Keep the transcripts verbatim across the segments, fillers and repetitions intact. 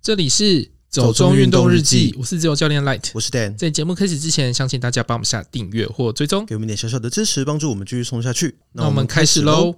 这里是走中运动日记，我是自由教练 Light， 我是 Dan。 在节目开始之前，相信大家帮我们下订阅或追踪， 给我们一点小小的支持，帮助我们继续冲下去。 那我们开始咯。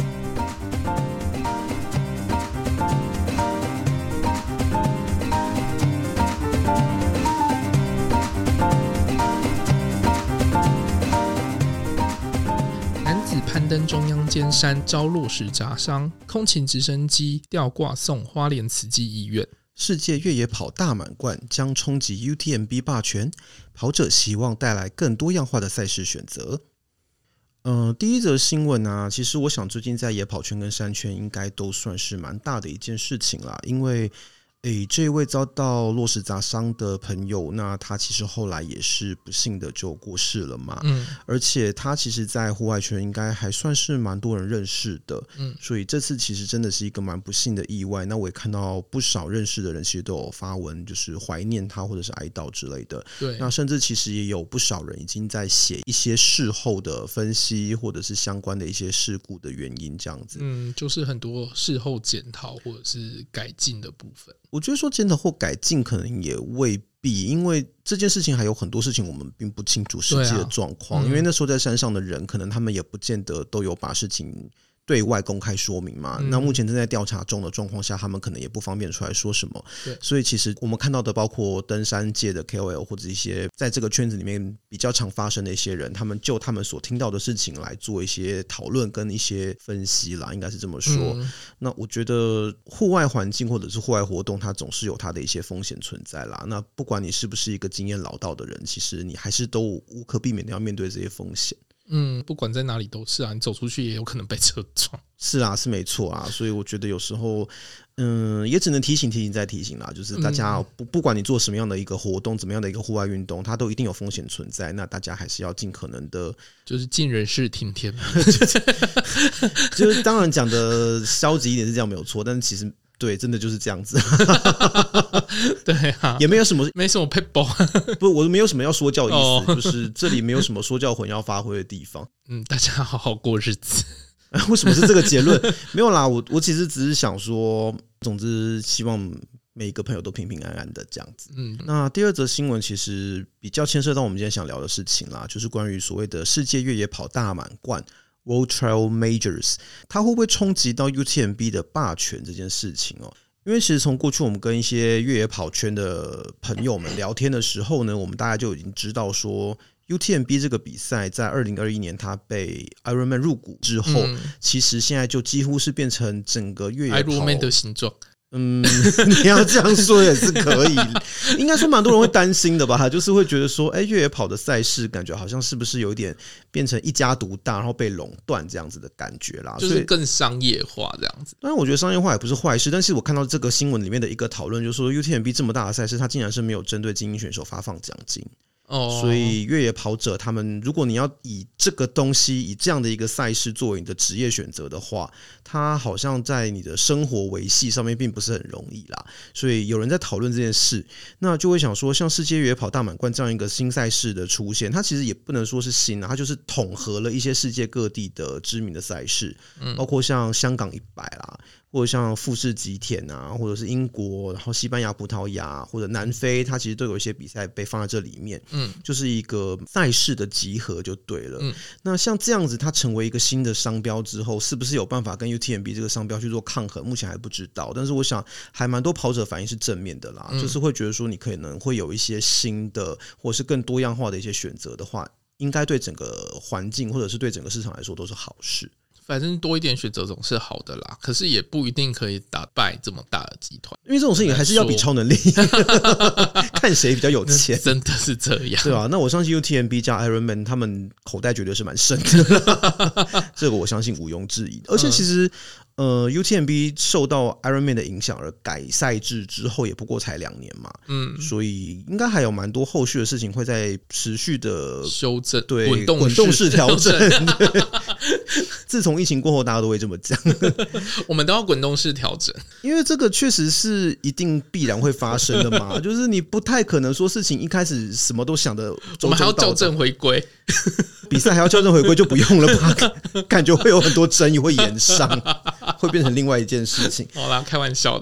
男子攀登中央尖山遭落石砸伤，空勤直升机吊挂送花莲慈济医院。 世界越野跑大满贯将冲击 U T M B 霸权，跑者希望带来更多样化的赛事选择。呃，第一则新闻啊，其实我想最近在野跑圈跟山圈应该都算是蛮大的一件事情啦，因为诶，这一位遭到落石砸伤的朋友，那他其实后来也是不幸的就过世了嘛。嗯，而且他其实在户外圈应该还算是蛮多人认识的。嗯，所以这次其实真的是一个蛮不幸的意外。那我也看到不少认识的人其实都有发文，就是怀念他或者是哀悼之类的。对，那甚至其实也有不少人已经在写一些事后的分析，或者是相关的一些事故的原因这样子。 嗯，就是很多事后检讨或者是改进的部分。 我觉得说检讨或改进可能也未必，因为这件事情还有很多事情我们并不清楚实际的状况、啊嗯、因为那时候在山上的人可能他们也不见得都有把事情对外公开说明嘛、嗯、那目前正在调查中的状况下，他们可能也不方便出来说什么。所以其实我们看到的包括登山界的 K O L 或者一些在这个圈子里面比较常发生的一些人，他们就他们所听到的事情来做一些讨论跟一些分析啦，应该是这么说、嗯、那我觉得户外环境或者是户外活动它总是有它的一些风险存在啦，那不管你是不是一个经验老道的人，其实你还是都无可避免的要面对这些风险。 嗯，不管在哪里都是啊，你走出去也有可能被车撞。 是啊，是没错啊，所以我觉得有时候，嗯，也只能提醒提醒再提醒啦，就是大家不不管你做什么样的一个活动，怎么样的一个户外运动，它都一定有风险存在。那大家还是要尽可能的， 就是尽人事听天命。 就是当然讲的消极一点是这样没有错，但是其实。对，真的就是这样子。 对啊， 也没有什么， 没什么 people。 不，我没有什么要说教的意思， oh. 就是这里没有什么说教魂要发挥的地方。 嗯，大家好好过日子。 为什么是这个结论？没有啦，我我其实只是想说，总之希望每一个朋友都平平安安的这样子。嗯，那第二则新闻其实比较牵涉到我们今天想聊的事情啦，就是关于所谓的世界越野跑大满贯。World Trail Majors 它会不会冲击到 U T M B 的霸权这件事情哦？因为其实从过去我们跟一些越野跑圈的朋友们聊天的时候呢，我们大家就已经知道说 U T M B 这个比赛在二零二一年它被 Ironman 入股之后、嗯、其实现在就几乎是变成整个越野跑 Ironman 的形状。 嗯，你要这样说也是可以，应该说蛮多人会担心的吧，就是会觉得说，哎、欸，越野跑的赛事感觉好像是不是有一点变成一家独大，然后被垄断这样子的感觉啦， 就是更商业化这样子。 当然，我觉得商业化也不是坏事，但是我看到这个新闻里面的一个讨论，就是说 U T M B 这么大的赛事，它竟然是没有针对精英选手发放奖金。Oh. 所以越野跑者他们，如果你要以这个东西以这样的一个赛事作为你的职业选择的话，它好像在你的生活维系上面并不是很容易啦。所以有人在讨论这件事，那就会想说，像世界越野跑大满贯这样一个新赛事的出现，它其实也不能说是新啊，它就是统合了一些世界各地的知名的赛事，包括像香港一百啦，或者像富士吉田啊，或者是英国，然后西班牙、葡萄牙或者南非，它其实都有一些比赛被放在这里面，嗯，就是一个赛事的集合就对了。嗯，那像这样子，它成为一个新的商标之后，是不是有办法跟 U T M B 这个商标去做抗衡？目前还不知道，但是我想还蛮多跑者反应是正面的啦，嗯、就是会觉得说你可能会有一些新的或是更多样化的一些选择的话，应该对整个环境或者是对整个市场来说都是好事。 反正多一点选择总是好的啦，可是也不一定可以打败这么大的集团， 因为这种事情还是要比超能力，看谁比较有钱， 真的是这样， 对吧、啊？那我相信 U T M B 加 Ironman 他们口袋绝对是蛮深的，这个我相信毋庸置疑。而且其实。呃 ，U T M B 受到 Ironman 的影响而改赛制之后，也不过才两年嘛，嗯，所以应该还有蛮多后续的事情会在持续的修正， 对， 滚动滚动式调整。自从疫情过后，大家都会这么讲， 我们都要滚动式调整， 因为这个确实是一定必然会发生的嘛，就是你不太可能说事情一开始什么都想的， 我们还要校正回归。 比赛还要校正回归就不用了吧？感觉会有很多争议，会延上，会变成另外一件事情。 好啦，开玩笑的。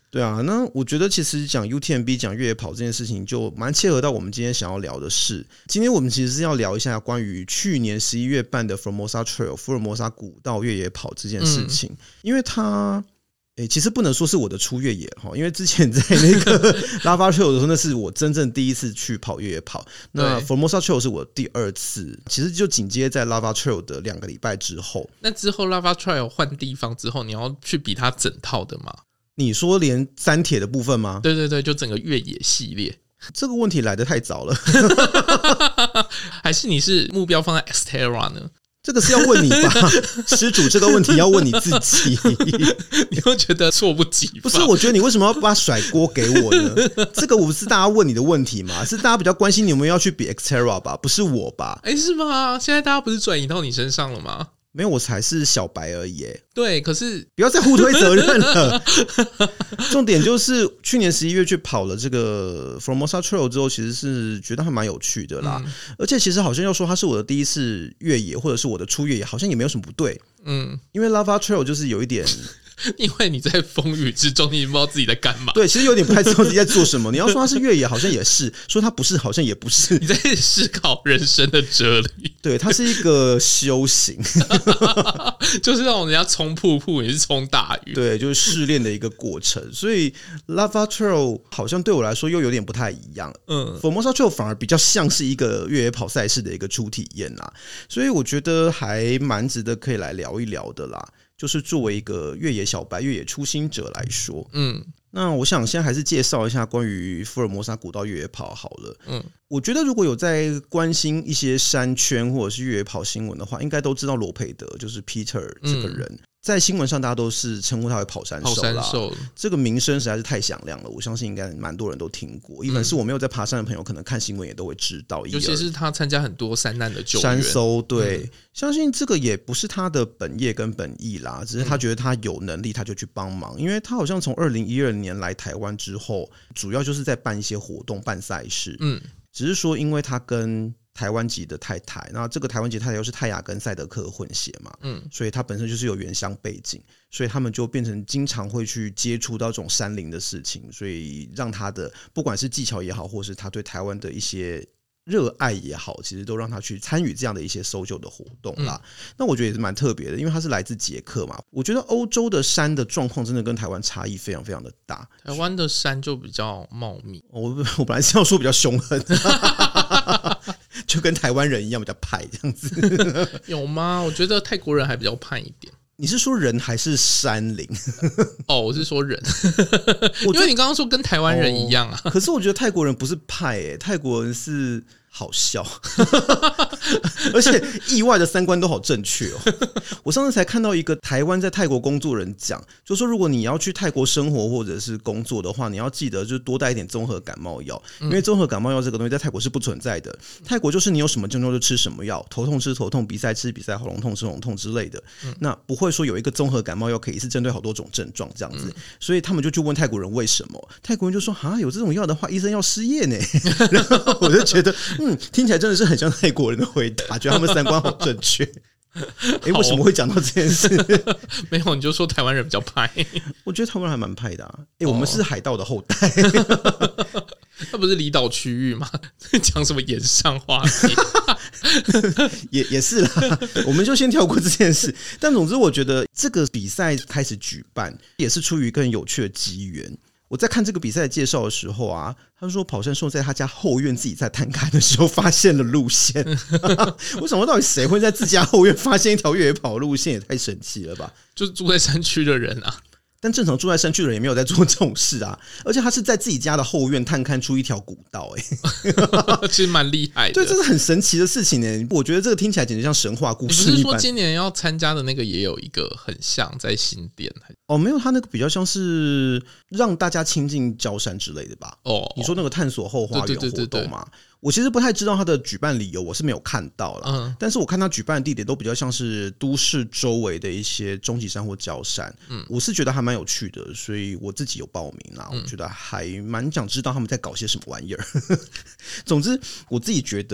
对啊，那我觉得其实讲 U T M B 讲越野跑这件事情就蛮切合到我们今天想要聊的事。今天我们其实是要聊一下关于去年十一月办的 Formosa Trail 福尔摩沙古道越野跑这件事情，嗯、因为它欸、其实不能说是我的初越野，因为之前在那个Lava Trail 的时候，那是我真正第一次去跑越野跑。那 Formosa Trail 是我第二次，其实就紧接在 Lava Trail 的两个礼拜之后。 那之后 Lava Trail 换地方之后，你要去比它整套的吗？ 你说连三铁的部分吗？ 对对对，就整个越野系列。 这个问题来得太早了。 还是你是目标放在 Xterra 呢？ 这个是要问你吧，施主，这个问题要问你自己。 你会觉得措不及防？ 不是，我觉得你为什么要把甩锅给我呢？这个不是大家问你的问题嘛？是大家比较关心你有没有要去比 Xterra 吧？不是我吧？ 哎、欸，是吗？现在大家不是转移到你身上了吗？ 没有，我才是小白而已。 对，可是不要再互推责任了。重点就是去年十一月去跑了这个 Formosa Trail 之后，其实是觉得还蛮有趣的啦。嗯、而且其实好像要说它是我的第一次越野，或者是我的初越野，好像也没有什么不对。嗯，因为 Lava Trail 就是有一点。 因为你在风雨之中，你不知道自己在干嘛。 对，其实有点不太知道自己在做什么。你要说它是越野，好像也是；说它不是，好像也不是。 你在思考人生的哲理。 对，它是一个修行， 就是那种人家冲瀑布，你是冲大雨。 对，就是试炼的一个过程。所以 Lava Trail 好像对我来说又有点不太一样。嗯 ，Formosa Trail 反而比较像是一个越野跑赛事的一个初体验啦。所以我觉得还蛮值得可以来聊一聊的啦。就是作为一个越野小白、越野初心者来说，嗯，那我想先还是介绍一下关于福尔摩沙古道越野跑好了。嗯，我觉得如果有在关心一些山圈或者是越野跑新闻的话，应该都知道罗佩德就是 Peter 这个人。嗯，在新闻上，大家都是称呼他为跑山兽啦。 兽这个名声实在是太响亮了，我相信应该蛮多人都听过。一般是我没有在爬山的朋友，可能看新闻也都会知道。 尤其是他参加很多山难的救援、 山搜，对、嗯，相信这个也不是他的本业跟本意啦，只是他觉得他有能力，他就去帮忙。因为他好像从二零一二年来台湾之后，主要就是在办一些活动、办赛事。嗯，只是说因为他跟台湾籍的太太，那这个台湾籍太太又是泰雅跟赛德克混血嘛，嗯，所以他本身就是有原乡背景，所以他们就变成经常会去接触到这种山林的事情，所以让他的不管是技巧也好，或是他对台湾的一些热爱也好，其实都让他去参与这样的一些搜救的活动啦。嗯、那我觉得也是蛮特别的，因为他是来自捷克嘛。我觉得欧洲的山的状况真的跟台湾差异非常非常的大。 台湾的山就比较茂密， 我我本来是要说比较凶狠。就跟台湾人一样比较派这样子。 有吗？我觉得泰国人还比较派一点。 你是说人还是山林？ 哦，我是说人。因为你刚刚说跟台湾人一样啊、 哦、可是我觉得泰国人不是派耶、欸、泰国人是好笑。而且意外的三观都好正确哦。我上次才看到一个台湾在泰国工作人讲，就说如果你要去泰国生活或者是工作的话，你要记得就多带一点综合感冒药，因为综合感冒药这个东西在泰国是不存在的。泰国就是你有什么症状就吃什么药，头痛吃头痛，鼻塞吃鼻塞，喉咙痛吃喉咙痛之类的。那不会说有一个综合感冒药可以一次针对好多种症状这样子。所以他们就去问泰国人为什么，泰国人就说啊，有这种药的话，医生要失业呢。然后我就觉得，嗯，听起来真的是很像泰国人的回答，觉得他们三观好正确。哎、欸，为什么会讲到这件事？ 没有，你就说台湾人比较派。 我觉得台湾人还蛮派的啊。哎、欸，我们是海盗的后代。 那不是离岛区域吗？讲什么演上话题？ 也也是啦，我们就先跳过这件事。但总之，我觉得这个比赛开始举办，也是出于更有趣的机缘。我在看这个比赛的介绍的时候啊，他说跑山兽在他家后院自己在探勘的时候发现了路线。我想说，到底谁会在自家后院发现一条越野跑路线？也太神奇了吧！ 就是住在山区的人啊。 但正常住在山区的人也没有在做这种事啊，而且他是在自己家的后院探勘出一条古道、欸， 其实蛮厉害的。 对，这是很神奇的事情呢、欸。我觉得这个听起来简直像神话故事一般。 你不是说今年要参加的那个也有一个很像在新店？ 哦，没有，他那个比较像是让大家亲近郊山之类的吧？哦，你说那个探索后花园活动嘛？对对对对对，我其实不太知道他的举办理由，我是没有看到啦。嗯，但是我看他举办的地点都比较像是都市周围的一些中级山或郊山。嗯，我是觉得还蛮有趣的，所以我自己有报名啦。我觉得还蛮想知道他们在搞些什么玩意儿。总之，我自己觉得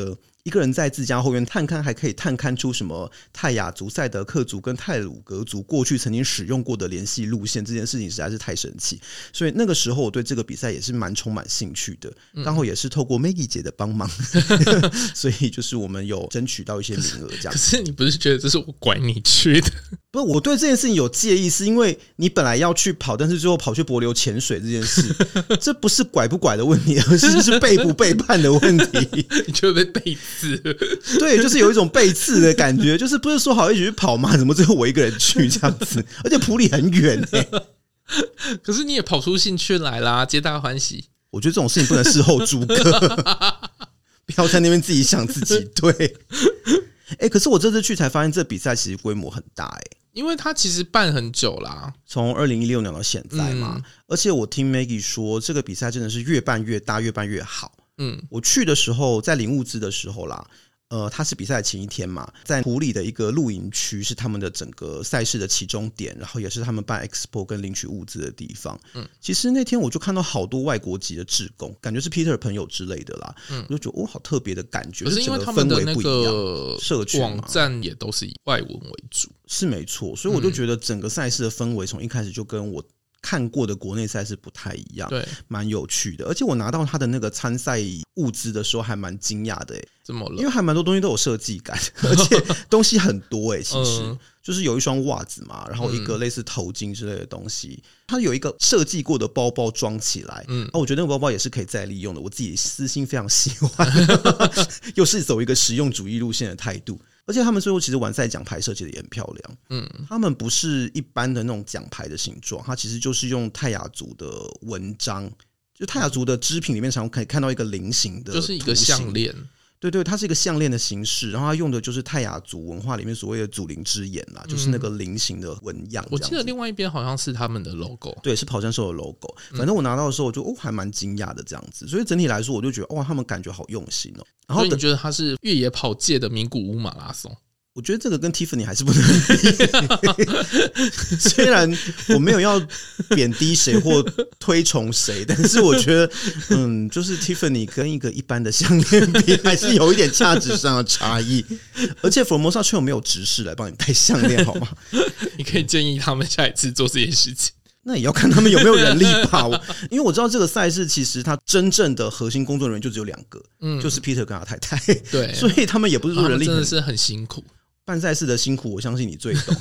一个人在自家后院探勘，还可以探勘出什么泰雅族、赛德克族跟太鲁阁族过去曾经使用过的联系路线，这件事情实在是太神奇。所以那个时候我对这个比赛也是蛮充满兴趣的，刚好也是透过 Maggie 姐的帮忙，所以就是我们有争取到一些名额这样。 可是你不是觉得这是我拐你去的？ 不是，我对这件事情有介意，是因为你本来要去跑，但是最后跑去帛琉潜水这件事，这不是拐不拐的问题，而是是背不背叛的问题。 你就会被背刺？ 对，就是有一种背刺的感觉，就是不是说好一起去跑吗？怎么最后我一个人去这样子？而且埔里很远欸。 可是你也跑出兴趣来啦，皆大欢喜。 我觉得这种事情不能事后诸葛，不要在那边自己想自己对。欸，可是我这次去才发现，这比赛其实规模很大欸。 因为它其实办很久啦， 从二零一六年到现在嘛，嗯，而且我听 Maggie 说，这个比赛真的是越办越大，越办越好。嗯，我去的时候，在领物资的时候啦，呃，它是比赛的前一天嘛，在埔里的一个露营区是他们的整个赛事的起终点，然后也是他们办 Expo 跟领取物资的地方。嗯，其实那天我就看到好多外国籍的志工，感觉是 Peter 的朋友之类的啦。嗯，我就觉得哦，好特别的感觉。 可是因为他们的那个社群网站也都是以外文为主， 是没错，所以我就觉得整个赛事的氛围从一开始就跟我看过的国内赛事不太一样，对，蛮有趣的。而且我拿到他的那个参赛物资的时候，还蛮惊讶的， 怎么了？ 因为还蛮多东西都有设计感，而且东西很多哎，其实、嗯、就是有一双袜子嘛，然后一个类似头巾之类的东西，它有一个设计过的包包装起来，嗯，我觉得那个包包也是可以再利用的，我自己私心非常喜欢，又是走一个实用主义路线的态度。而且他们最后其实完赛奖牌设计的也很漂亮，嗯，他们不是一般的那种奖牌的形状，它其实就是用泰雅族的文章，就泰雅族的织品里面常可以看到一个菱形的， 就是一个项链。 对对，它是一个项链的形式，然后它用的就是泰雅族文化里面所谓的祖灵之眼啦，就是那个菱形的纹样。 我记得另外一边好像是他们的 logo， 对，是跑山兽的 logo。反正我拿到的时候，我就哦还蛮惊讶的这样子，所以整体来说，我就觉得哇，他们感觉好用心哦。 然后你觉得它是越野跑界的名古屋马拉松？ 我觉得这个跟 Tiffany 还是不能比，虽然我没有要贬低谁或推崇谁，但是我觉得，嗯，就是 Tiffany 跟一个一般的项链比，还是有一点价值上的差异。而且 Formosa Trail 没有执事来帮你戴项链，好吗？ 你可以建议他们下一次做这件事情。 那也要看他们有没有人力吧，因为我知道这个赛事其实他真正的核心工作人员就只有两个，嗯，就是 Peter 跟他太太，对，所以他们也不是说人力很， 真的是很辛苦。 办赛事的辛苦，我相信你最懂。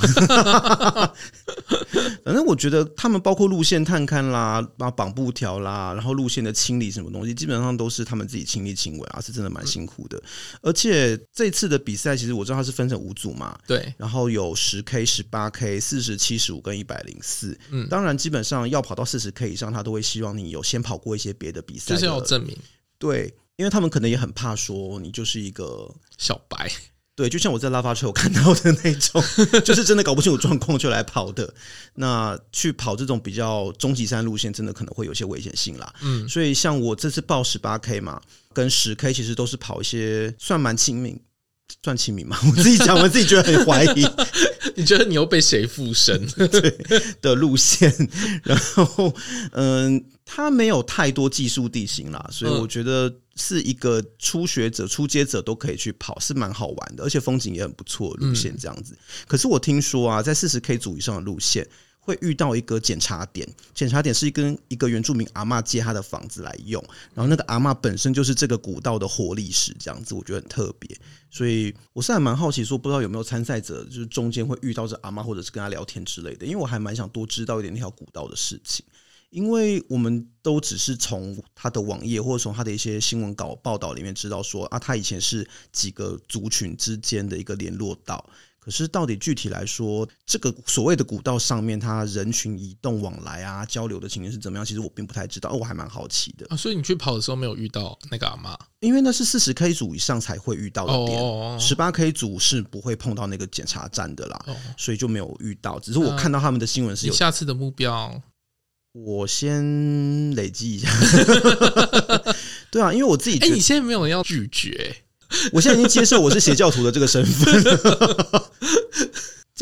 反正我觉得他们包括路线探勘啦、绑布条啦，然后路线的清理什么东西，基本上都是他们自己亲力亲为啊，是真的蛮辛苦的。而且这次的比赛，其实我知道它是分成五组嘛，对，然后有 十 K、十八 K、四十、七十五跟一百零四。嗯，当然基本上要跑到 四十 K 以上，他都会希望你有先跑过一些别的比赛， 就是要证明。 对，因为他们可能也很怕说你就是一个小白。 对，就像我在拉法车有看到的那种，就是真的搞不清楚状况就来跑的。那去跑这种比较终极山路线，真的可能会有些危险性啦。嗯，所以像我这次报 十八 K 嘛，跟 十 K 其实都是跑一些算蛮亲民，算亲民嘛？我自己讲，我自己觉得很怀疑。 你觉得你又被谁附身？ 对的路线，然后嗯，它没有太多技术地形啦，所以我觉得是一个初学者、初阶者都可以去跑，是蛮好玩的，而且风景也很不错的路线这样子。嗯、可是我听说啊，在 四十 K 组以上的路线会遇到一个检查点，检查点是跟一个原住民阿嬷借他的房子来用，然后那个阿嬷本身就是这个古道的活历史，这样子我觉得很特别。所以我是还蛮好奇说，不知道有没有参赛者就是中间会遇到这阿嬷，或者是跟他聊天之类的，因为我还蛮想多知道一点那条古道的事情。因为我们都只是从他的网页或者从他的一些新闻稿报道里面知道说啊，他以前是几个族群之间的一个联络道。可是到底具体来说，这个所谓的古道上面，它人群移动往来啊、交流的情形是怎么样？其实我并不太知道，我还蛮好奇的。 啊，所以你去跑的时候没有遇到那个阿嬷？ 因为那是 四十 K 组以上才会遇到的点， 十八 K 组是不会碰到那个检查站的啦，所以就没有遇到。只是我看到他们的新闻是有。 你下次的目标？ 我先累积一下。对啊，因为我自己觉得， 哎、欸，你现在没有要拒绝、欸。 我现在已经接受我是邪教徒的这个身份了。这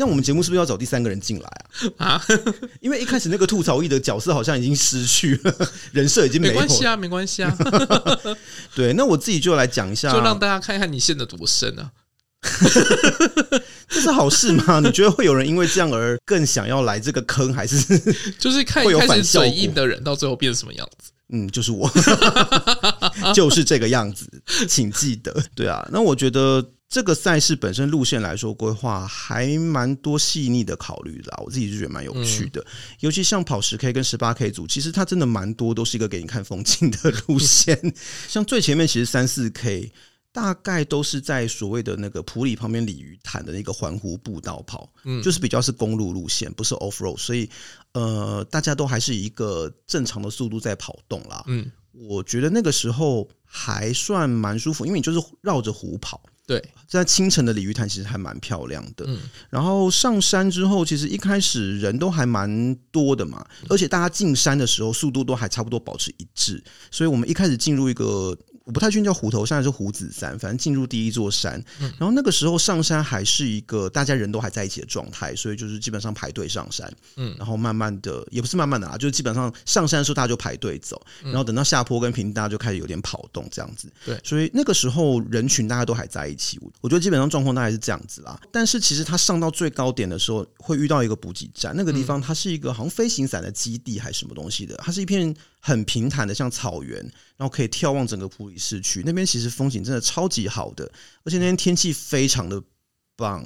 这样我们节目是不是要找第三个人进来啊？啊，因为一开始那个吐槽役的角色好像已经失去了，人设已经没有了。 没关系啊，没关系啊。 对，那我自己就来讲一下， 就让大家看看你陷得多深啊。 这是好事吗？你觉得会有人因为这样而更想要来这个坑，还是就是看一开始嘴硬的人到最后变成什么样子？ 嗯，就是我，就是这个样子，请记得。对啊，那我觉得这个赛事本身路线来说规划还蛮多细腻的考虑啦，我自己就觉得蛮有趣的。嗯、尤其像跑 十K 跟 十八K 组，其实它真的蛮多都是一个给你看风景的路线。像最前面其实 三四 K。大概都是在所谓的那个埔里旁边鲤鱼潭的那个环湖步道跑，嗯，就是比较是公路路线，不是 off road， 所以呃，大家都还是以一个正常的速度在跑动啦。嗯，我觉得那个时候还算蛮舒服，因为你就是绕着湖跑。 对， 在清晨的鲤鱼潭其实还蛮漂亮的。嗯，然后上山之后，其实一开始人都还蛮多的嘛，而且大家进山的时候速度都还差不多保持一致，所以我们一开始进入一个。我不太确定叫虎头山还是虎子山，反正进入第一座山，嗯、然后那个时候上山还是一个大家人都还在一起的状态，所以就是基本上排队上山，嗯，然后慢慢的也不是慢慢的啊，就是基本上上山的时候大家就排队走，然后等到下坡跟平地大家就开始有点跑动这样子，对，所以那个时候人群大家都还在一起，我觉得基本上状况大概是这样子啦。但是其实他上到最高点的时候会遇到一个补给站，那个地方它是一个好像飞行伞的基地还是什么东西的，它是一片很平坦的像草原，然后可以眺望整个埔里市区，那边其实风景真的超级好的，而且那天天气非常的棒。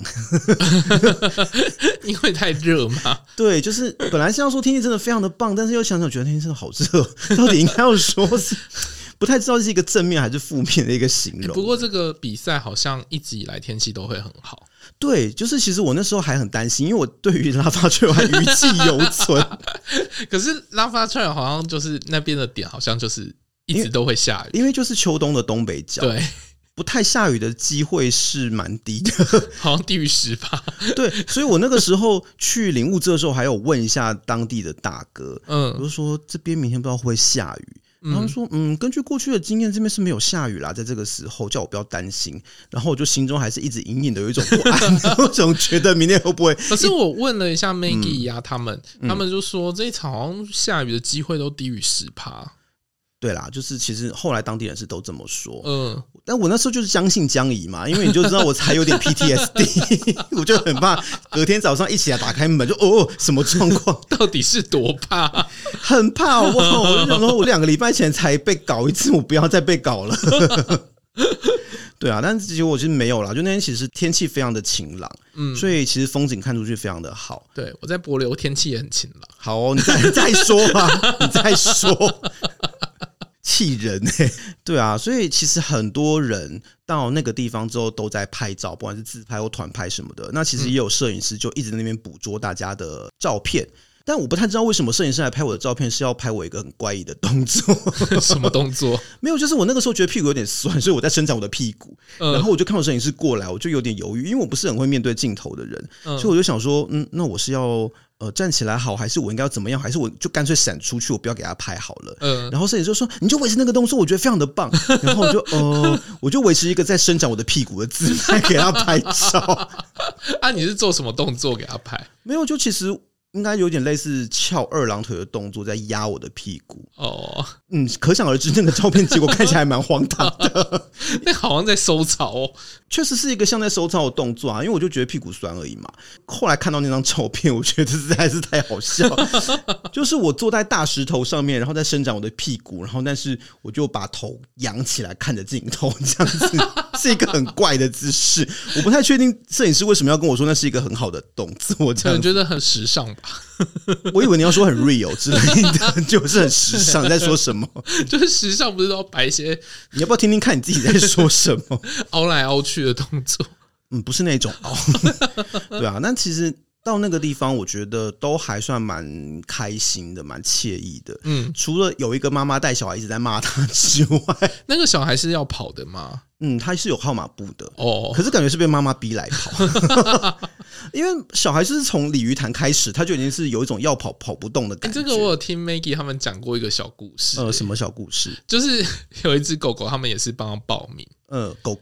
因为太热嘛。 对，就是本来是要说天气真的非常的棒，但是又想想觉得天气真的好热，到底应该要说是不太知道是一个正面还是负面的一个形容。 不过这个比赛好像一直以来天气都会很好。 对，就是其实我那时候还很担心，因为我对于拉法trail还余悸犹存。 可是拉法trail好像就是那边的点，好像就是一直都会下雨， 因为就是秋冬的东北角， 对， 不太下雨的机会是蛮低的， 好像低于十趴。 对，所以我那个时候去领物资的时候，还有问一下当地的大哥，嗯，我就说这边明天不知道会不会下雨。然后说，嗯，根据过去的经验，这边是没有下雨啦，在这个时候叫我不要担心。然后我就心中还是一直隐隐的有一种不安，我总觉得明天会不会？ 可是我问了一下 Maggie 啊，嗯、他们他们就说这一场好像下雨的机会都低于十趴。 对啦，就是其实后来当地人是都这么说，嗯，但我那时候就是将信将疑嘛，因为你就知道我才有点 P T S D， 我就很怕隔天早上一起来打开门就哦什么状况， 到底是多怕？ 很怕好不好？我就想说我两个礼拜前才被搞一次，我不要再被搞了。对啊，但是结果其实没有啦，就那天其实天气非常的晴朗，嗯，所以其实风景看出去非常的好。 对，我在帛琉天气也很晴朗。 好哦，你再你再说吧，你再说。气人欸，对啊，所以其实很多人到那个地方之后都在拍照，不管是自拍或团拍什么的。那其实也有摄影师就一直在那边捕捉大家的照片，但我不太知道为什么摄影师来拍我的照片是要拍我一个很怪异的动作。 什么动作？ 没有，就是我那个时候觉得屁股有点酸，所以我在伸展我的屁股，嗯、然后我就看到摄影师过来，我就有点犹豫，因为我不是很会面对镜头的人，嗯、所以我就想说，嗯，那我是要。呃，站起来好，还是我应该要怎么样？还是我就干脆闪出去，我不要给他拍好了。嗯，然后摄影师就说：“你就维持那个动作，我觉得非常的棒。”然后我就呃，我就维持一个在伸展我的屁股的姿态给他拍照。 啊，你是做什么动作给他拍？ 没有，就其实应该有点类似翘二郎腿的动作，在压我的屁股。哦，嗯，可想而知，那个照片结果看起来蛮荒唐的。 那好像在收草哦， 确实是一个像在收草的动作啊，因为我就觉得屁股酸而已嘛。后来看到那张照片，我觉得实在是太好笑了。就是我坐在大石头上面，然后再伸展我的屁股，然后但是我就把头仰起来看着镜头，这样子是一个很怪的姿势。我不太确定摄影师为什么要跟我说那是一个很好的动作，这样我觉得很时尚吧。 我以为你要说很 real 之类的，就是很时尚。你在说什么？ 就是时尚不是都要摆一些？ 你要不要听听看你自己在说什么？ 凹来凹去的动作。 嗯，不是那种凹。对啊，那其实到那个地方，我觉得都还算蛮开心的，蛮惬意的。嗯，除了有一个妈妈带小孩一直在骂他之外， 那个小孩是要跑的吗？ 嗯，他是有号码布的哦，可是感觉是被妈妈逼来跑。因为小孩就是从鲤鱼潭开始，他就已经是有一种要跑跑不动的感觉。 欸、这个我有听 Maggie 他们讲过一个小故事。 呃，什么小故事？ 就是有一只狗狗，他们也是帮他报名。 呃，狗狗。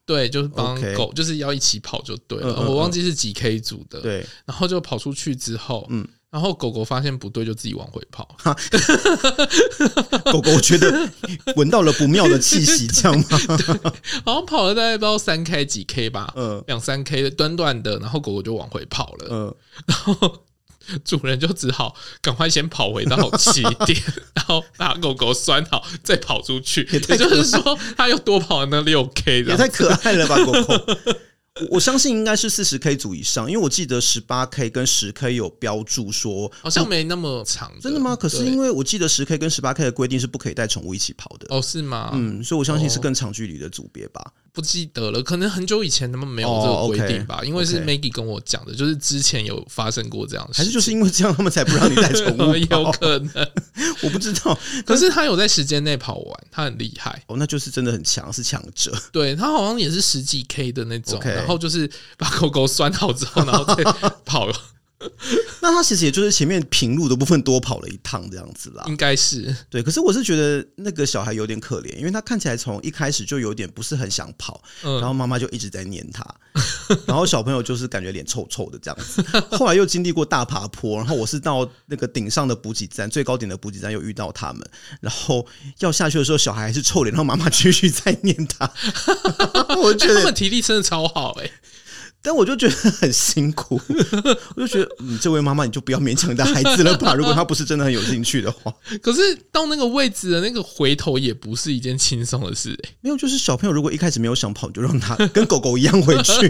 对，就是帮狗 okay. 就是要一起跑就对了、 嗯嗯嗯、 我忘记是几 K 组的， 对， 然后就跑出去之后嗯，然后狗狗发现不对就自己往回跑狗狗觉得闻到了不妙的气息这样吗？ 好像跑了大概不知道三 K 几 K 吧， 嗯， 两三 K 短短的，然后狗狗就往回跑了， 嗯， 然后主人就只好赶快先跑回到起点然后把狗狗拴好再跑出去，也就是说他又多跑了那六 K， 也太可爱了吧狗狗我相信应该是四十 K 组以上，因为我记得十八 K 跟十 K 有标注说好像没那么长的。 真的吗？可是因为我记得十 K 跟十八 K 的规定是不可以带宠物一起跑的。 哦，是吗？ 嗯，所以我相信是更长距离的组别吧。 不记得了，可能很久以前他们没有这个规定吧、哦 okay, 因为是 Maggie 跟我讲的，就是之前有发生过这样的事情， 还是就是因为这样他们才不让你带宠物跑有可能我不知道， 可是他有在时间内跑完，他很厉害哦，那就是真的很强，是强者。 对，他好像也是十几 K 的那种、 okay. 然后就是把狗狗拴好之后然后再跑了那他其实也就是前面平路的部分多跑了一趟这样子啦， 应该是对。可是我是觉得那个小孩有点可怜，因为他看起来从一开始就有点不是很想跑、嗯、然后妈妈就一直在念他然后小朋友就是感觉脸臭臭的这样子后来又经历过大爬坡，然后我是到那个顶上的补给站最高点的补给站又遇到他们，然后要下去的时候小孩还是臭脸，然后妈妈继续在念他我觉得、欸、他们体力真的超好哎、欸， 但我就觉得很辛苦我就觉得嗯，这位妈妈你就不要勉强你的孩子了吧如果他不是真的很有兴趣的话。 可是到那个位置的那个回头也不是一件轻松的事、欸、 没有，就是小朋友如果一开始没有想跑就让他跟狗狗一样回去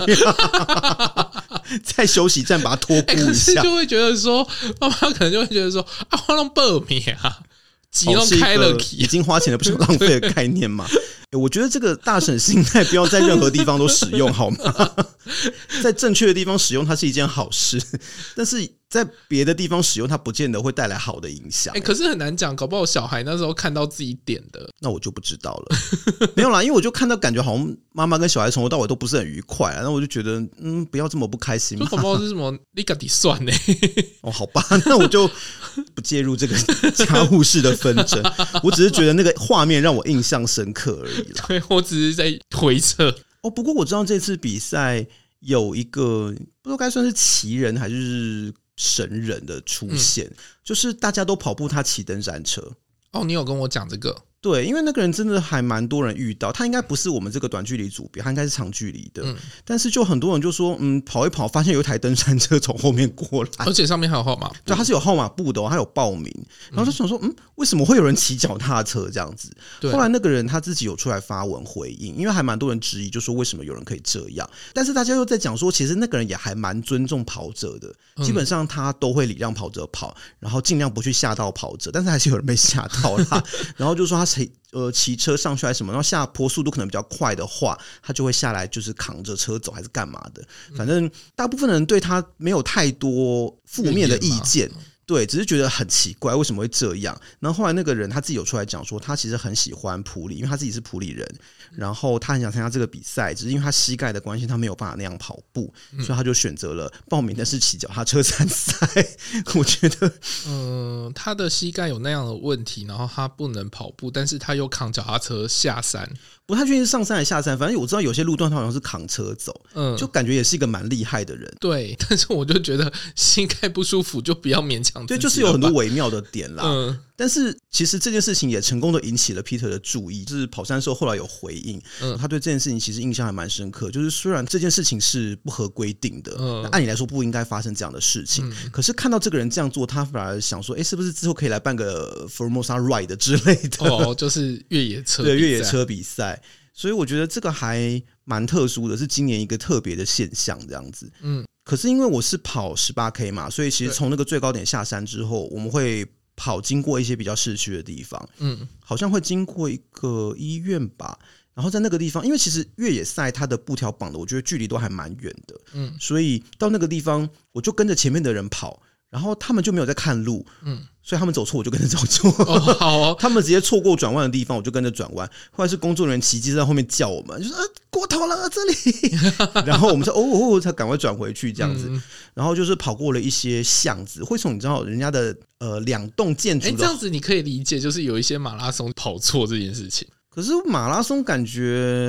在休息站把他拖估一下、欸、可是就会觉得说妈妈可能就会觉得说啊我让报名啊急弄开了已经花钱了不是浪费的概念嘛欸、我觉得这个大婶心态不要在任何地方都使用好吗在正确的地方使用它是一件好事，但是在别的地方使用它不见得会带来好的影响、欸欸、可是很难讲，搞不好小孩那时候看到自己点的， 那我就不知道了没有啦，因为我就看到感觉好像妈妈跟小孩从头到尾都不是很愉快，然后我就觉得嗯，不要这么不开心嘛， 就搞不好是什么你自己算欸哦，好吧，那我就不介入这个家务事的纷争我只是觉得那个画面让我印象深刻而已啦。 对，我只是在推测哦。不过我知道这次比赛有一个不知道该算是奇人还是神人的出现、嗯、就是大家都跑步他骑登山车。 哦，你有跟我讲这个？ 对，因为那个人真的还蛮多人遇到，他应该不是我们这个短距离组别，他应该是长距离的、嗯、但是就很多人就说嗯，跑一跑发现有一台登山车从后面过来， 而且上面还有号码布， 对，他是有号码布的、哦、他有报名，然后就想说嗯，为什么会有人骑脚踏车这样子？后来那个人他自己有出来发文回应，因为还蛮多人质疑就说为什么有人可以这样，但是大家又在讲说其实那个人也还蛮尊重跑者的、嗯、基本上他都会礼让跑者跑，然后尽量不去吓到跑者，但是还是有人被吓到啦然后就说他骑呃骑车上去还是什么，然后下坡速度可能比较快的话他就会下来就是扛着车走还是干嘛的，反正大部分人对他没有太多负面的意见，对，只是觉得很奇怪为什么会这样。然后后来那个人他自己有出来讲说他其实很喜欢埔里，因为他自己是埔里人，然后他很想参加这个比赛，只是因为他膝盖的关系他没有办法那样跑步、嗯、所以他就选择了报名的是骑脚踏车参赛我觉得嗯、呃，他的膝盖有那样的问题，然后他不能跑步，但是他又扛脚踏车下山， 不太确定是上山还是下山，反正我知道有些路段他好像是扛车走，嗯，就感觉也是一个蛮厉害的人。 对，但是我就觉得膝盖不舒服就不要勉强自己了吧， 对，就是有很多微妙的点啦。 嗯， 但是其实这件事情也成功的引起了 Peter 的注意，就是跑山兽后来有回应、嗯、他对这件事情其实印象还蛮深刻，就是虽然这件事情是不合规定的、嗯、按理来说不应该发生这样的事情、嗯、可是看到这个人这样做，他反而想说哎、欸，是不是之后可以来办个 Formosa Ride 之类的， 哦，就是越野车比赛， 对，越野车比赛，所以我觉得这个还蛮特殊的，是今年一个特别的现象这样子。嗯，可是因为我是跑 十八 K 嘛，所以其实从那个最高点下山之后，我们会跑经过一些比较市区的地方，嗯，好像会经过一个医院吧，然后在那个地方，因为其实越野赛它的布条绑的我觉得距离都还蛮远的，嗯，所以到那个地方我就跟着前面的人跑，然后他们就没有在看路，嗯，所以他们走错我就跟着走错， 哦，好哦， 他们直接错过转弯的地方我就跟着转弯，后来是工作人员骑机在后面叫我们，就说、啊、过头了这里然后我们说哦哦才赶快转回去这样子、嗯、然后就是跑过了一些巷子，会从你知道人家的呃两栋建筑的、欸、 这样子你可以理解就是有一些马拉松跑错这件事情， 可是马拉松感觉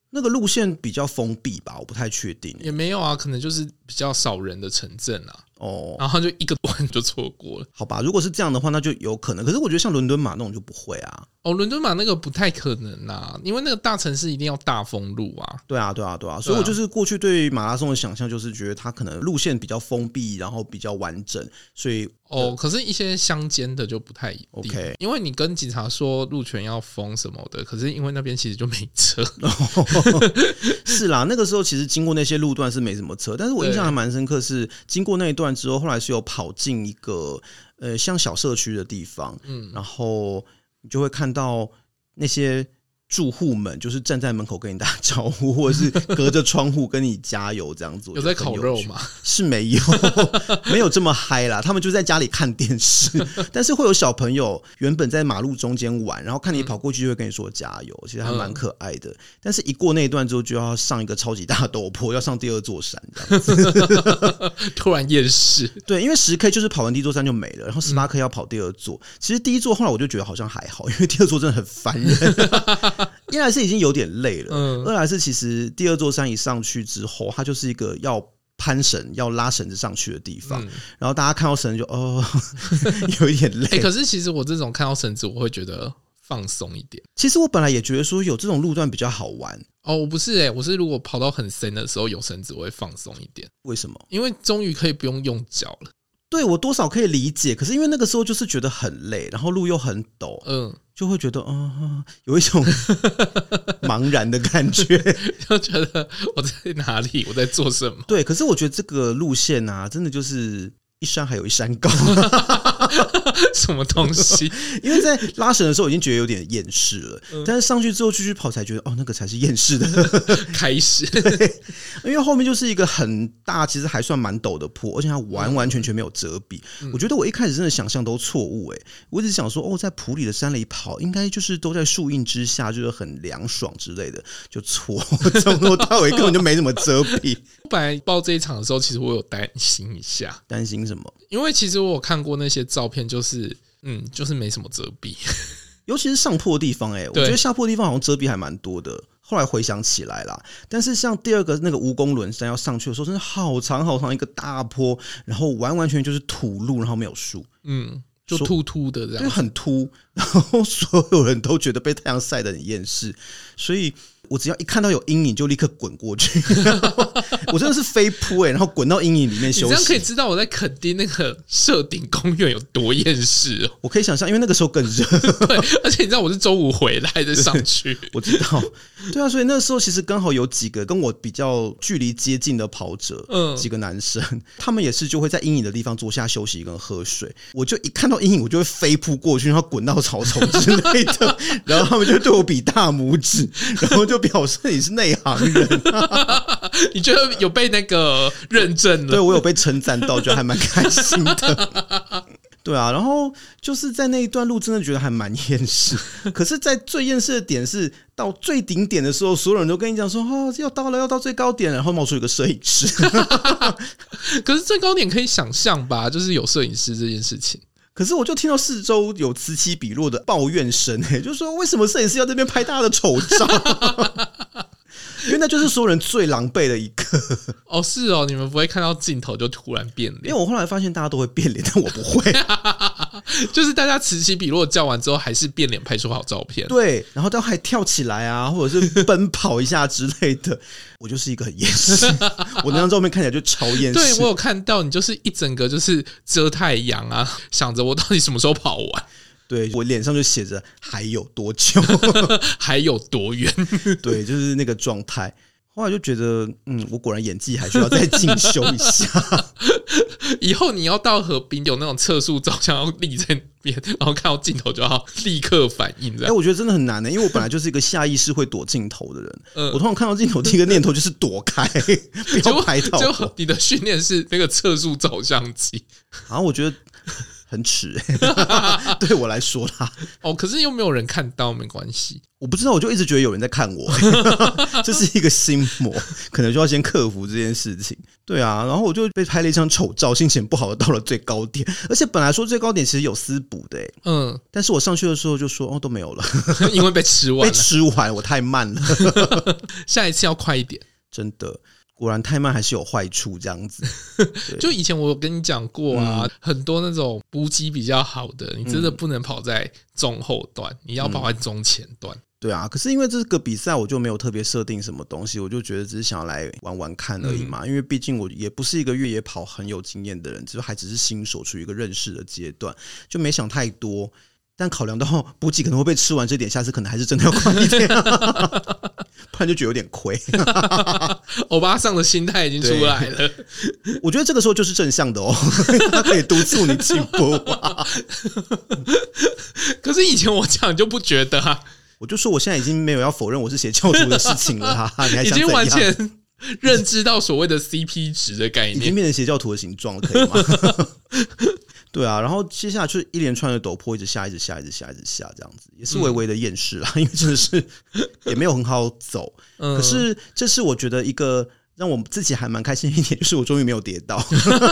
那个路线比较封闭吧，我不太确定。 也没有啊，可能就是比较少人的城镇啊。 哦， 然后就一个弯就错过了。 好吧，如果是这样的话，那就有可能。可是我觉得像伦敦马那种就不会啊。 哦，伦敦马那个不太可能啊，因为那个大城市一定要大封路啊。 对啊，对啊，对啊。所以我就是过去对马拉松的想象，就是觉得它可能路线比较封闭，然后比较完整，所以哦，可是一些乡间的就不太一定 OK， 因为你跟警察说路权要封什么的，可是因为那边其实就没车。 是啦，那个时候其实经过那些路段是没什么车，但是我印象还蛮深刻，是经过那一段之后，后来是有跑进一个呃像小社区的地方，嗯，然后你就会看到那些住户们就是站在门口跟你打招呼，或者是隔着窗户跟你加油这样子。 有在烤肉吗？ 是没有，没有这么嗨啦。他们就在家里看电视，但是会有小朋友原本在马路中间玩，然后看你跑过去就会跟你说加油，其实还蛮可爱的。但是一过那一段之后，就要上一个超级大的陡坡，要上第二座山这样子。 突然厌世。 对，因为十 K 就是跑完第一座山就没了，然后十八 K 要跑第二座。嗯、其实第一座后来我就觉得好像还好，因为第二座真的很烦人。一来是已经有点累了，嗯、二来是其实第二座山一上去之后，它就是一个要攀绳、要拉绳子上去的地方，嗯、然后大家看到绳就哦，有一点累、 欸。可是其实我这种看到绳子，我会觉得放松一点。 其实我本来也觉得说有这种路段比较好玩。 哦，我不是哎、欸，我是如果跑到很深的时候有绳子，我会放松一点。 为什么？ 因为终于可以不用用脚了。 对，我多少可以理解，可是因为那个时候就是觉得很累，然后路又很陡，嗯，就会觉得嗯，有一种茫然的感觉， 就觉得我在哪里，我在做什么？ 对，可是我觉得这个路线啊，真的就是一山还有一山高。 什么东西？ 因为在拉绳的时候已经觉得有点厌世了，嗯、但是上去之后继续跑才觉得哦，那个才是厌世的开始。 对，因为后面就是一个很大，其实还算蛮陡的坡，而且它完完全全没有遮蔽。嗯、我觉得我一开始真的想象都错误哎，我一直想说哦，在埔里的山里跑，应该就是都在树荫之下，就是很凉爽之类的，就错，从头到尾根本就没什么遮蔽。 本来报这一场的时候，其实我有担心一下， 担心什么？ 因为其实我有看过那些照片，就是嗯，就是没什么遮蔽， 尤其是上坡的地方、欸，哎，我觉得下坡的地方好像遮蔽还蛮多的。后来回想起来啦，但是像第二个那个蜈蚣仑山要上去的时候，真的好长好长一个大坡，然后完完全就是土路，然后没有树， 嗯，就秃秃的这样， 就很秃，然后所有人都觉得被太阳晒得很厌世，所以我只要一看到有阴影就立刻滚过去，我真的是飞扑哎、欸，然后滚到阴影里面休息。 你这样可以知道我在垦丁那个社顶公园有多厌世哦。 我可以想象，因为那个时候更热。 对，而且你知道我是周五回来的上去， 我知道。对啊，所以那时候其实刚好有几个跟我比较距离接近的跑者，嗯，几个男生，他们也是就会在阴影的地方坐下休息跟喝水。我就一看到阴影，我就会飞扑过去，然后滚到草丛之类的，然后他们就对我比大拇指，然后就表示你是内行人。 你觉得有被那个认证了？ 对，我有被称赞到，觉得还蛮开心的。对啊，然后就是在那一段路真的觉得还蛮厌世，可是在最厌世的点是到最顶点的时候，所有人都跟你讲说哦，要到了要到最高点了，然后冒出一个摄影师。 可是最高点可以想象吧，就是有摄影师这件事情。 可是我就听到四周有此起彼落的抱怨声、欸，就是说为什么摄影师要这边拍大家的丑照？因为那就是所有人最狼狈的一刻。 哦，是哦，你们不会看到镜头就突然变脸？ 因为我后来发现大家都会变脸，但我不会。 就是大家此起彼落叫完之后，还是变脸拍出好照片。 对，然后都还跳起来啊，或者是奔跑一下之类的。我就是一个很厌世，我那张照片看起来就超厌世。 对，我有看到你，就是一整个就是遮太阳啊，想着我到底什么时候跑完。 对，我脸上就写着还有多久， 还有多远。 对，就是那个状态。后来就觉得，嗯，我果然演技还需要再进修一下。 以后你要到河滨有那种测速照相，要立在那边，然后看到镜头就要立刻反应。哎、 欸，我觉得真的很难的、欸，因为我本来就是一个下意识会躲镜头的人。嗯、我通常看到镜头第一个念头就是躲开，不要拍到我。 就你的训练是那个测速照相机， 然后我觉得很耻、欸，对我来说啦。 哦，可是又没有人看到，没关系。 我不知道，我就一直觉得有人在看我、欸，这是一个心魔，可能就要先克服这件事情。 对啊，然后我就被拍了一张丑照，心情不好的到了最高点，而且本来说最高点其实有私补的、欸、嗯，但是我上去的时候就说哦都没有了， 因为被吃完了， 被吃完，我太慢了， 下一次要快一点， 真的。果然太慢还是有坏处，这样子。 就以前我有跟你讲过啊、嗯，很多那种补给比较好的，你真的不能跑在中后段，嗯、你要跑在中前段。 对啊，可是因为这个比赛我就没有特别设定什么东西，我就觉得只是想要来玩玩看而已嘛。嗯、因为毕竟我也不是一个越野跑很有经验的人，就还只是新手，处于一个认识的阶段，就没想太多。但考量到补给可能会被吃完这点，下次可能还是真的要快一点，不然就觉得有点亏。 欧巴桑的心态已经出来了， 我觉得这个时候就是正向的哦，它可以督促你进步、啊。 可是以前我讲就不觉得啊， 我就说我现在已经没有要否认我是邪教徒的事情了哈、啊，你还想怎样？ 已经完全认知到所谓的 C P 值的概念， 已经变成邪教徒的形状了，可以吗？对啊，然后接下来就是一连串的陡坡，一直下，一直下，一直下，一直下，这样子也是微微的厌世啦、嗯，因为真的是也没有很好走。嗯、可是这是我觉得一个让我自己还蛮开心的一点，就是我终于没有跌倒。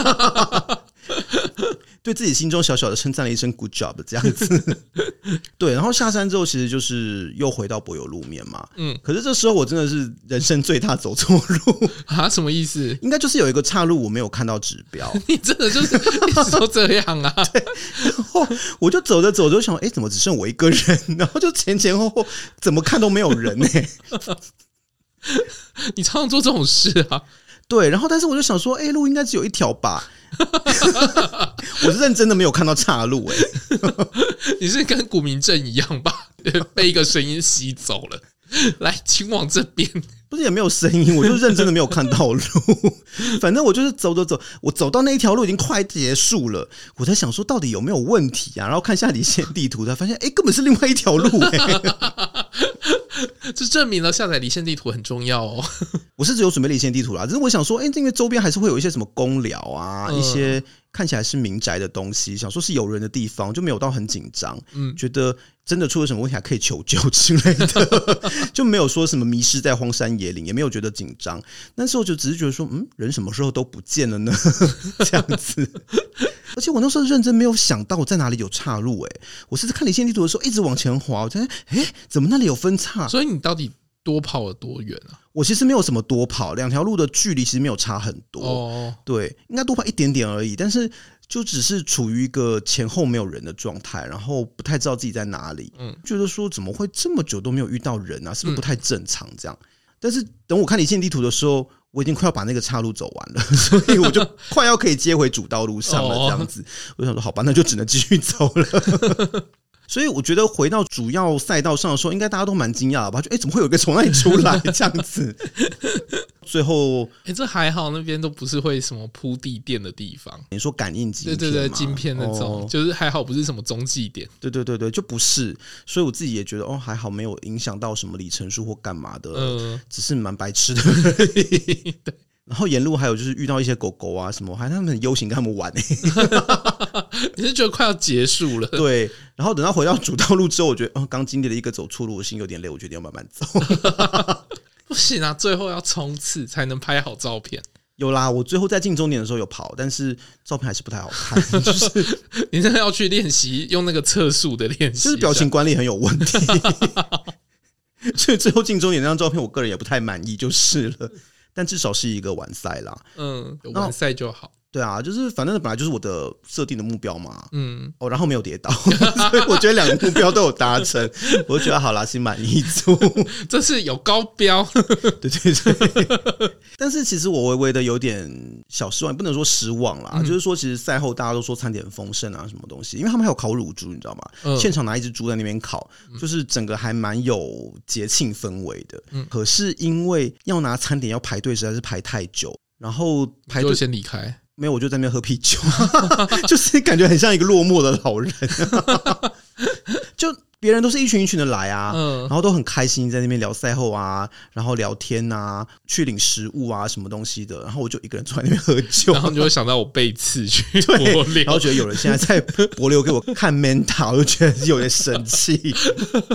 对自己心中小小的称赞了一声 good job 这样子。对，然后下山之后其实就是又回到柏油路面嘛。嗯，可是这时候我真的是人生最大走错路啊！什么意思？ 应该就是有一个岔路我没有看到指标。 你真的就是一直都这样啊？ 对，然后我就走着走着想，哎，怎么只剩我一个人？然后就前前后后怎么看都没有人呢、欸？ 你常常做这种事啊？ 对，然后但是我就想说，哎，路应该只有一条吧。我是认真的没有看到岔路哎、欸， 你是跟古明镇一样吧？被一个声音吸走了，来，请往这边。 不是也没有声音，我就认真的没有看到路。反正我就是走走走，我走到那一条路已经快结束了，我在想说到底有没有问题啊？然后看一下离线地图，才发现哎、欸，根本是另外一条路哎、欸。 这证明了下载离线地图很重要哦。 我是只有准备离线地图啦，只是我想说，哎、欸，因为周边还是会有一些什么公寮啊，嗯、一些看起来是民宅的东西，想说是有人的地方，就没有到很紧张。嗯，觉得真的出了什么问题还可以求救之类的，就没有说什么迷失在荒山野岭，也没有觉得紧张。那时候就只是觉得说，嗯，人什么时候都不见了呢？这样子。而且我那时候认真没有想到我在哪里有岔路哎、欸，我是看离线地图的时候一直往前滑，我觉得哎，怎么那里有分岔？ 所以你到底多跑了多远啊？ 我其实没有什么多跑，两条路的距离其实没有差很多，哦、对，应该多跑一点点而已，但是就只是处于一个前后没有人的状态，然后不太知道自己在哪里，嗯，觉得说怎么会这么久都没有遇到人啊，是不是不太正常这样？嗯、但是等我看离线地图的时候，我已经快要把那个岔路走完了，所以我就快要可以接回主道路上了，这样子，哦、我想说好吧，那就只能继续走了。所以我觉得回到主要赛道上的时候，应该大家都蛮惊讶的吧？就哎、欸，怎么会有一个从那里出来这样子？最后， 哎、欸，这还好，那边都不是会什么铺地垫的地方。 你说感应晶片， 对对对，晶片那种，哦、就是还好不是什么中继点。 对对对对，就不是。所以我自己也觉得，哦，还好没有影响到什么里程数或干嘛的，嗯、只是蛮白痴的而已。对。然后沿路还有就是遇到一些狗狗啊什么，还他们很悠闲跟他们玩、欸、 你是觉得快要结束了？ 对，然后等到回到主道路之后，我觉得哦，刚经历了一个走错路，我心有点累，我决定要慢慢走。 不行啊，最后要冲刺才能拍好照片。 有啦，我最后在进终点的时候有跑，但是照片还是不太好看。就是你真的要去练习用那个测速的练习， 就是表情管理很有问题。所以最后进终点那张照片，我个人也不太满意，就是了。但至少是一个完赛啦， 嗯，有完赛就好。 对啊，就是反正本来就是我的设定的目标嘛，嗯，哦，然后没有跌倒，所以我觉得两个目标都有达成，我就觉得好啦，心满意足， 这是有高标， 对对对。但是其实我微微的有点小失望，不能说失望啦，嗯、就是说其实赛后大家都说餐点丰盛啊，什么东西，因为他们还有烤乳猪，你知道吗？嗯、现场拿一只猪在那边烤，就是整个还蛮有节庆氛围的。嗯、可是因为要拿餐点要排队，实在是排太久，然后排队就先离开。 没有，我就在那边喝啤酒，就是感觉很像一个落寞的老人。就别人都是一群一群的来啊，嗯、然后都很开心在那边聊赛后啊，然后聊天啊，去领食物啊，什么东西的。然后我就一个人坐在那边喝酒， 然后你就会想到我背刺去柏流， 然后觉得有人现在在柏流给我看 Manta， 我就觉得有点生气。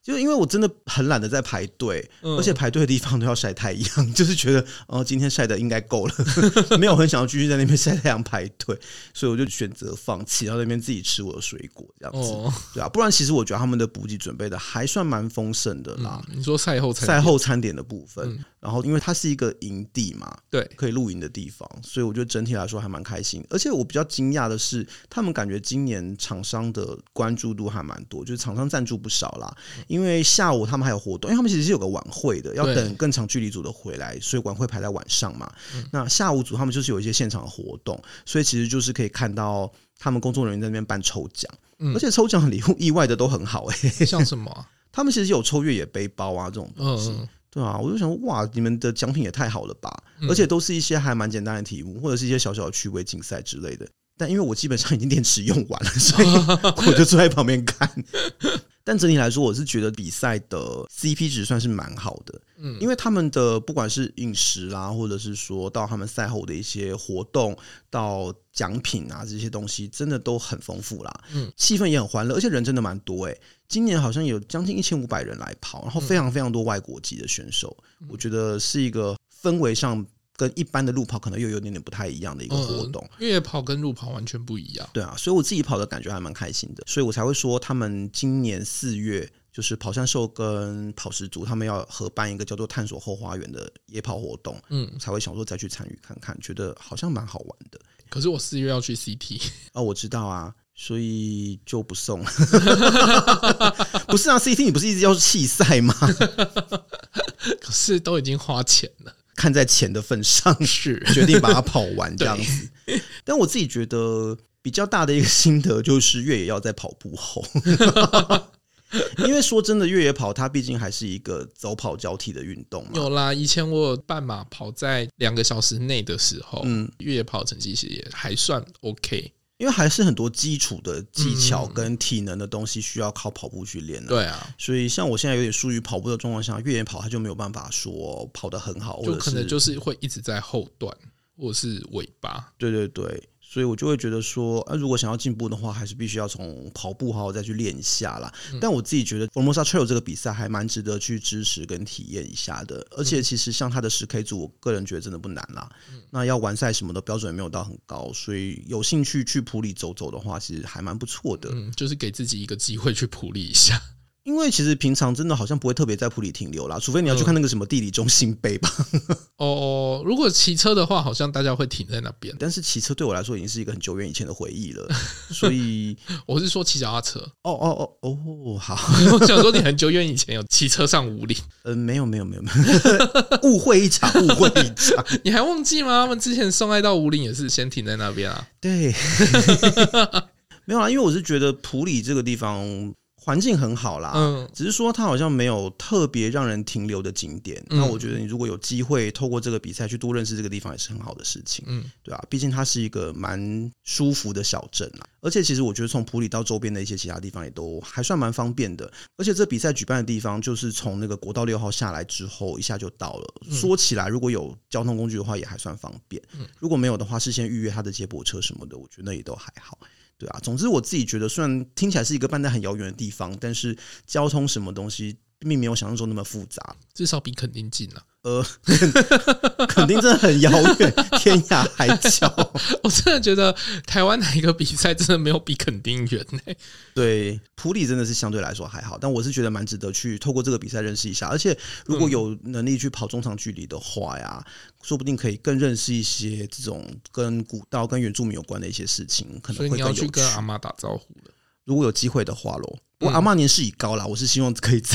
就因为我真的很懒得在排队、嗯，而且排队的地方都要晒太阳，就是觉得哦，今天晒的应该够了，没有很想要继续在那边晒太阳排队，所以我就选择放弃，然后在那边自己吃我的水果这样子，哦、对啊，不然其实我觉得他们的补给准备的还算蛮丰盛的啦。 嗯、你说赛后餐赛后餐点的部分、嗯，然后因为它是一个营地嘛， 对， 可以露营的地方，所以我觉得整体来说还蛮开心。而且我比较惊讶的是，他们感觉今年厂商的关注度还蛮多，就是厂商赞助不少啦。因为下午他们还有活动，因为他们其实是有个晚会的，要等更长距离组的回来，所以晚会排在晚上嘛。嗯、那下午组他们就是有一些现场的活动，所以其实就是可以看到他们工作人员在那边办抽奖、嗯，而且抽奖礼物意外的都很好、欸、 像什么、啊？ 他们其实有抽越野背包啊这种东西。嗯对啊，我就想说哇，你们的奖品也太好了吧、嗯！而且都是一些还蛮简单的题目，或者是一些小小的趣味竞赛之类的。但因为我基本上已经电池用完了，所以我就坐在旁边看。但整体来说，我是觉得比赛的 C P 值算是蛮好的，嗯，因为他们的不管是饮食啊，或者是说到他们赛后的一些活动，到奖品啊这些东西，真的都很丰富啦，嗯，气氛也很欢乐，而且人真的蛮多诶、欸。今年好像有将近一千五百人来跑，然后非常非常多外国籍的选手，嗯、我觉得是一个氛围上跟一般的路跑可能又有点点不太一样的一个活动。 越野跑跟路跑完全不一样。 对啊，所以我自己跑的感觉还蛮开心的，所以我才会说他们今年四月就是跑山兽跟跑十族他们要合办一个叫做探索后花园的野跑活动，嗯，才会想说再去参与看看，觉得好像蛮好玩的。 可是我四月要去 C T 哦，我知道啊。所以就不送了。不是啊 ，C T 你不是一直要弃赛吗？ 可是都已经花钱了， 看在钱的份上，是决定把它跑完这样子。但我自己觉得比较大的一个心得就是越野要在跑步后。因为说真的，越野跑它毕竟还是一个走跑交替的运动嘛。 有啦，以前我有半马跑在两个小时内的时候，嗯，越野跑成绩其实也还算 OK。 因为还是很多基础的技巧跟体能的东西需要靠跑步去练、啊、 对啊， 所以像我现在有点疏于跑步的状况下，越野跑它就没有办法说跑得很好， 就可能就是会一直在后段或是尾巴。 对对对，所以我就会觉得说，啊、如果想要进步的话，还是必须要从跑步好好再去练一下啦。嗯、但我自己觉得 Formosa Trail 这个比赛还蛮值得去支持跟体验一下的，而且其实像它的 十 K 组，我个人觉得真的不难啦。嗯、那要完赛什么的标准也没有到很高，所以有兴趣去埔里走走的话，其实还蛮不错的。 嗯，就是给自己一个机会去埔里一下。 因为其实平常真的好像不会特别在埔里停留啦，除非你要去看那个什么地理中心碑吧。 哦，如果骑车的话，好像大家会停在那边。 但是骑车对我来说已经是一个很久远以前的回忆了，所以我是说骑脚踏车。 哦哦哦哦，好。 我想说你很久远以前有骑车上武岭。 呃，没有没有没有没有，误会一场，误会一场。 你还忘记吗？他们之前送爱到武岭也是先停在那边啊。 对，没有啦，因为我是觉得埔里这个地方环境很好啦，嗯，只是说它好像没有特别让人停留的景点。嗯、那我觉得你如果有机会透过这个比赛去多认识这个地方，也是很好的事情。嗯，对啊，毕竟它是一个蛮舒服的小镇啦，而且其实我觉得从埔里到周边的一些其他地方也都还算蛮方便的。而且这比赛举办的地方就是从那个国道六号下来之后一下就到了。嗯、说起来，如果有交通工具的话，也还算方便。嗯、如果没有的话，事先预约他的接驳车什么的，我觉得那也都还好。对啊，总之我自己觉得，虽然听起来是一个搬在很遥远的地方，但是交通什么东西并没有想象中那么复杂， 至少比垦丁近啊。 呃，垦丁真的很遥远，天涯海角。 我真的觉得台湾哪一个比赛真的没有比垦丁远欸。 对，埔里真的是相对来说还好，但我是觉得蛮值得去透过这个比赛认识一下，而且如果有能力去跑中长距离的话呀，嗯、说不定可以更认识一些这种跟古道、跟原住民有关的一些事情，可能会更有趣。所以你要去跟阿嬷打招呼了。 如果有机会的话咯，不过阿嬷年事已高啦，我是希望可以在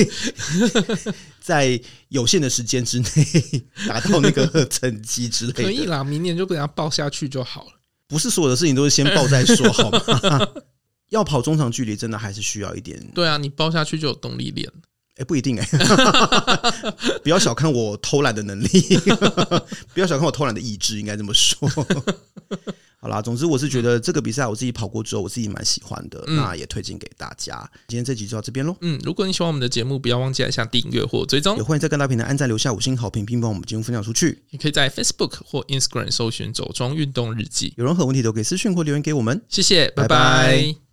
在有限的时间之内达到那个成绩之类的。 可以啦，明年就给他报下去就好了。 不是所有的事情都是先报再说，好吗？要跑中长距离，真的还是需要一点。 对啊，你报下去就有动力练。 哎、欸，不一定哎、欸，不要小看我偷懒的能力，不要小看我偷懒的意志，应该这么说。好啦，总之我是觉得这个比赛我自己跑过之后，我自己蛮喜欢的，嗯、那也推荐给大家。今天这集就到这边咯。 嗯，如果你喜欢我们的节目，不要忘记按下订阅或追踪， 也欢迎在各大平台按赞留下五星好评，并帮我们节目分享出去。 也可以在 Facebook 或 Instagram 搜寻走装运动日记。 有任何问题都可以私讯或留言给我们。 谢谢，拜拜。拜拜。